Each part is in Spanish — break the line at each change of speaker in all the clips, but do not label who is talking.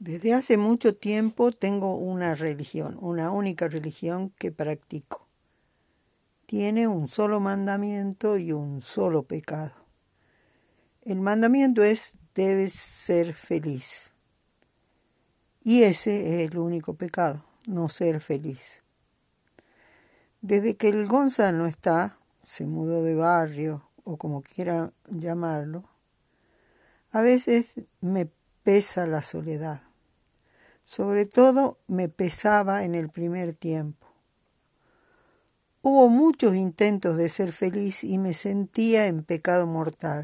Desde hace mucho tiempo tengo una religión, una única religión que practico. Tiene un solo mandamiento y un solo pecado. El mandamiento es: debes ser feliz. Y ese es el único pecado, no ser feliz. Desde que el Gonza no está, se mudó de barrio o como quiera llamarlo, a veces me pesa la soledad. Sobre todo me pesaba en el primer tiempo. Hubo muchos intentos de ser feliz y me sentía en pecado mortal.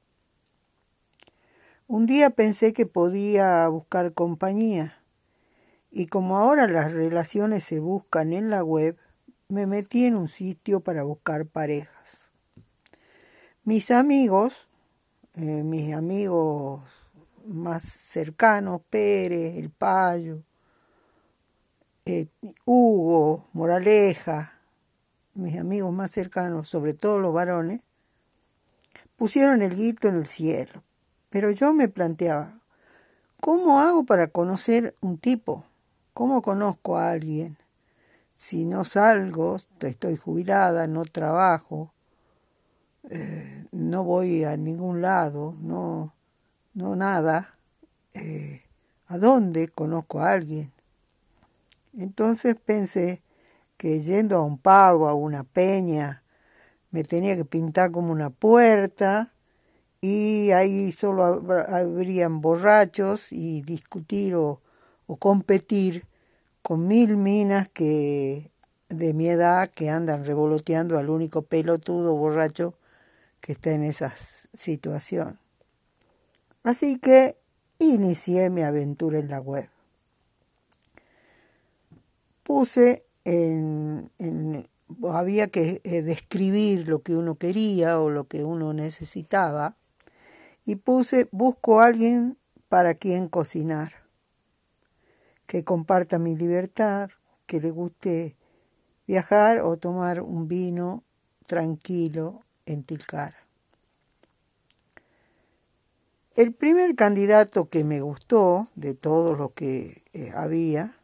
Un día pensé que podía buscar compañía y como ahora las relaciones se buscan en la web, me metí en un sitio para buscar parejas. Mis amigos más cercanos, Pérez, El Payo, Hugo, Moraleja, mis amigos más cercanos, sobre todo los varones, pusieron el grito en el cielo. Pero yo me planteaba, ¿cómo hago para conocer un tipo? ¿Cómo conozco a alguien? Si no salgo, estoy jubilada, no trabajo, no voy a ningún lado, no nada, ¿a dónde conozco a alguien? Entonces pensé que yendo a un pavo, a una peña, me tenía que pintar como una puerta y ahí solo habrían borrachos y discutir o competir con 1000 minas de mi edad que andan revoloteando al único pelotudo borracho que está en esa situación. Así que inicié mi aventura en la web. Puse había que describir lo que uno quería o lo que uno necesitaba y puse: busco a alguien para quien cocinar, que comparta mi libertad, que le guste viajar o tomar un vino tranquilo en Tilcara. El primer candidato que me gustó de todos los que había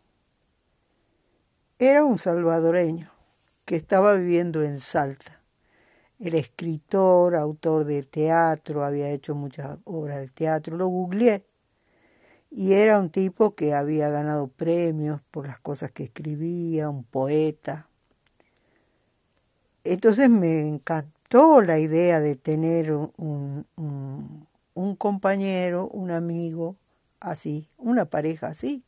era un salvadoreño que estaba viviendo en Salta. Era escritor, autor de teatro, había hecho muchas obras de teatro. Lo googleé y era un tipo que había ganado premios por las cosas que escribía, un poeta. Entonces me encantó la idea de tener un compañero, un amigo así, una pareja así,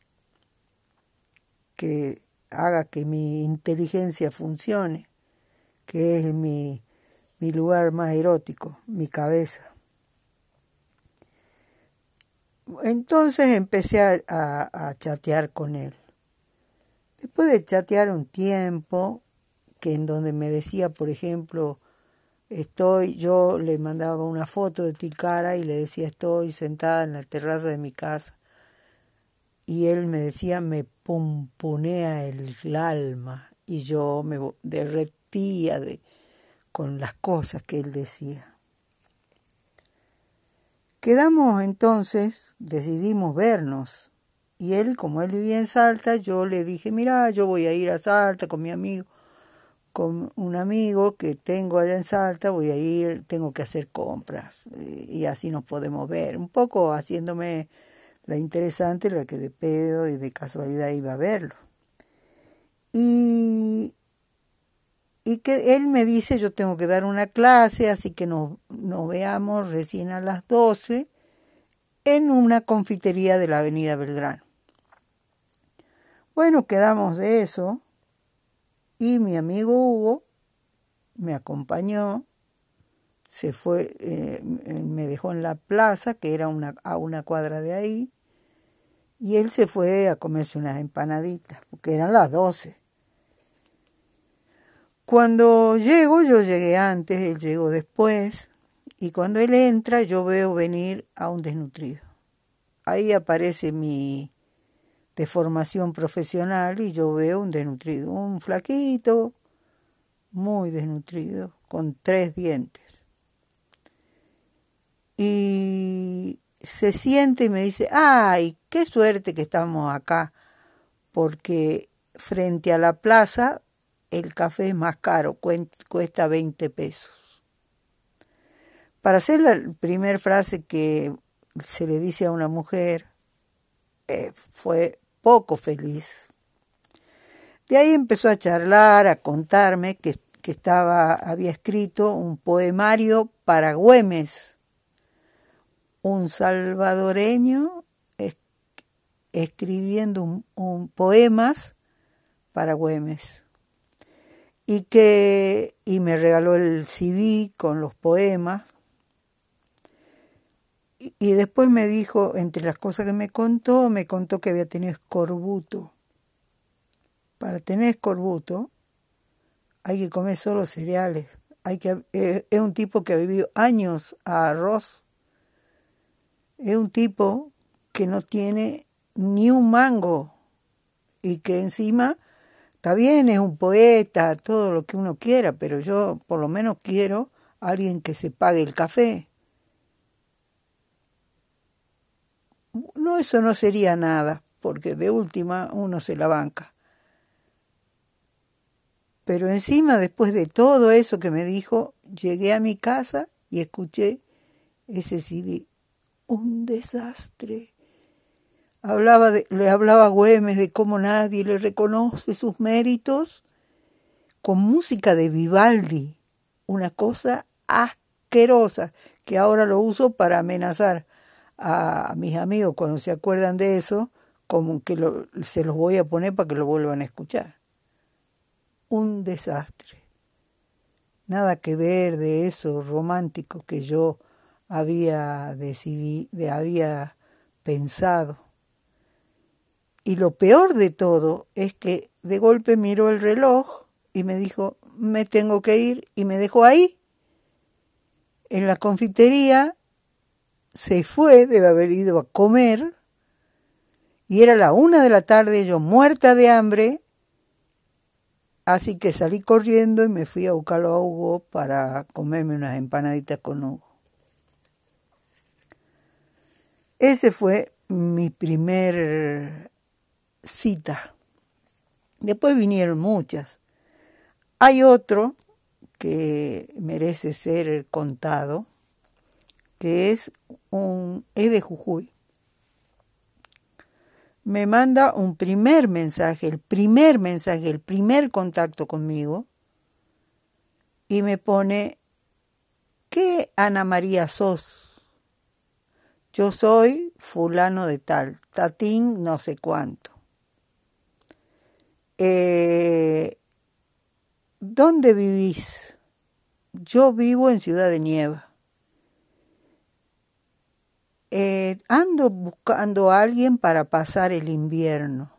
que haga que mi inteligencia funcione, que es mi lugar más erótico, mi cabeza. Entonces empecé a chatear con él. Después de chatear un tiempo, que en donde me decía, por ejemplo, yo le mandaba una foto de Tilcara y le decía: estoy sentada en la terraza de mi casa. Y él me decía: me pumpunea el alma. Y yo me derretía con las cosas que él decía. Quedamos entonces, decidimos vernos. Y él, como él vivía en Salta, yo le dije: mira, yo voy a ir a Salta con un amigo que tengo allá en Salta, voy a ir, tengo que hacer compras y así nos podemos ver. Un poco haciéndome la interesante, la que de pedo y de casualidad iba a verlo. Y que él me dice: yo tengo que dar una clase, así que nos veamos recién a las 12 en una confitería de la Avenida Belgrano. Bueno, quedamos de eso y mi amigo Hugo me acompañó, se fue, me dejó en la plaza, que era a una cuadra de ahí, y él se fue a comerse unas empanaditas, porque eran las 12. Cuando llego, yo llegué antes, él llegó después, y cuando él entra, yo veo venir a un desnutrido. Ahí aparece mi deformación profesional y yo veo un desnutrido, un flaquito, muy desnutrido, con 3 dientes. Y se siente y me dice, ¡ay, qué suerte que estamos acá! Porque frente a la plaza el café es más caro, cuesta 20 pesos. Para hacer la primera frase que se le dice a una mujer, fue poco feliz. De ahí empezó a charlar, a contarme que había escrito un poemario para Güemes, un salvadoreño escribiendo un poemas para Güemes. Y me regaló el CD con los poemas. Y después me dijo, entre las cosas que me contó que había tenido escorbuto. Para tener escorbuto hay que comer solo cereales. Es un tipo que ha vivido años a arroz. Es un tipo que no tiene ni un mango y que encima, está bien, es un poeta, todo lo que uno quiera, pero yo por lo menos quiero a alguien que se pague el café. No, eso no sería nada, porque de última uno se la banca. Pero encima, después de todo eso que me dijo, llegué a mi casa y escuché ese CD. Un desastre. Le hablaba a Güemes de cómo nadie le reconoce sus méritos, con música de Vivaldi, una cosa asquerosa, que ahora lo uso para amenazar a mis amigos cuando se acuerdan de eso, como que se los voy a poner para que lo vuelvan a escuchar. Un desastre. Nada que ver de eso romántico que yo había pensado. Y lo peor de todo es que de golpe miró el reloj y me dijo, me tengo que ir, y me dejó ahí, en la confitería. Se fue, debe haber ido a comer, y era la 1 de la tarde, yo muerta de hambre, así que salí corriendo y me fui a buscarlo a Hugo para comerme unas empanaditas con Hugo. Ese fue mi primer cita. Después vinieron muchas. Hay otro que merece ser contado, que es de Jujuy. Me manda un primer mensaje, el primer contacto conmigo, y me pone, ¿qué Ana María sos? Yo soy fulano de tal, tatín no sé cuánto. ¿Dónde vivís? Yo vivo en Ciudad de Nieva. Ando buscando a alguien para pasar el invierno.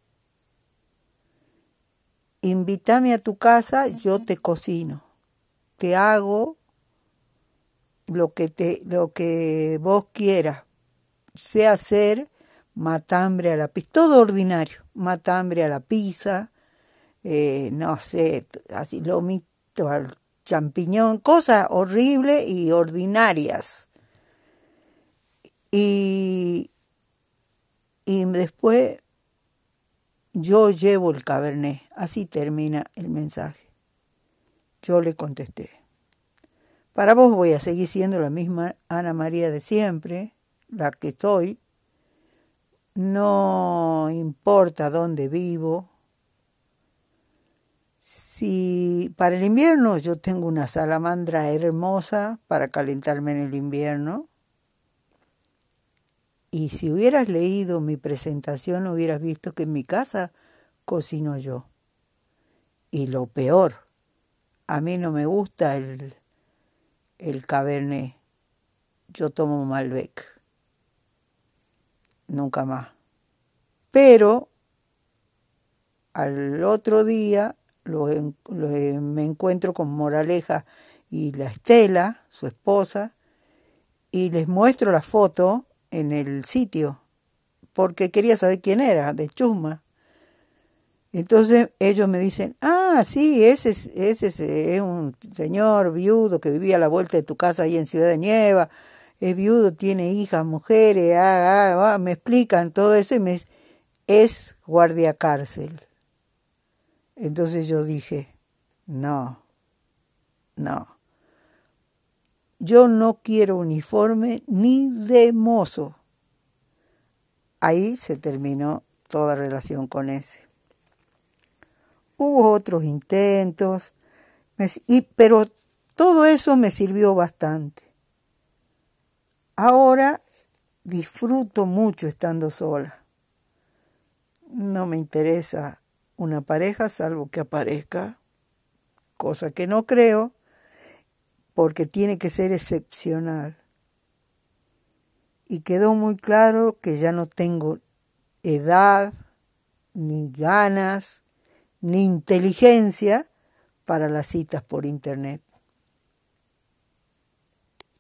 Invítame a tu casa, yo te cocino. Te hago lo que vos quieras. Sé hacer matambre a la pizza, todo ordinario. Matambre a la pizza, no sé, así lomito al champiñón, cosas horribles y ordinarias. Y después yo llevo el Cabernet. Así termina el mensaje. Yo le contesté, para vos voy a seguir siendo la misma Ana María de siempre, la que soy. No importa dónde vivo. Si para el invierno yo tengo una salamandra hermosa para calentarme en el invierno. Y si hubieras leído mi presentación, hubieras visto que en mi casa cocino yo. Y lo peor, a mí no me gusta el Cabernet. Yo tomo Malbec. Nunca más. Pero al otro día me encuentro con Moraleja y la Estela, su esposa, y les muestro la foto en el sitio, porque quería saber quién era, de chusma. Entonces ellos me dicen, sí, ese es un señor viudo que vivía a la vuelta de tu casa ahí en Ciudad de Nieva, es viudo, tiene hijas, mujeres, me explican todo eso y es guardia cárcel. Entonces yo dije, no. Yo no quiero uniforme ni de mozo. Ahí se terminó toda relación con ese. Hubo otros intentos, pero todo eso me sirvió bastante. Ahora disfruto mucho estando sola. No me interesa una pareja salvo que aparezca, cosa que no creo, porque tiene que ser excepcional. Y quedó muy claro que ya no tengo edad, ni ganas, ni inteligencia para las citas por internet.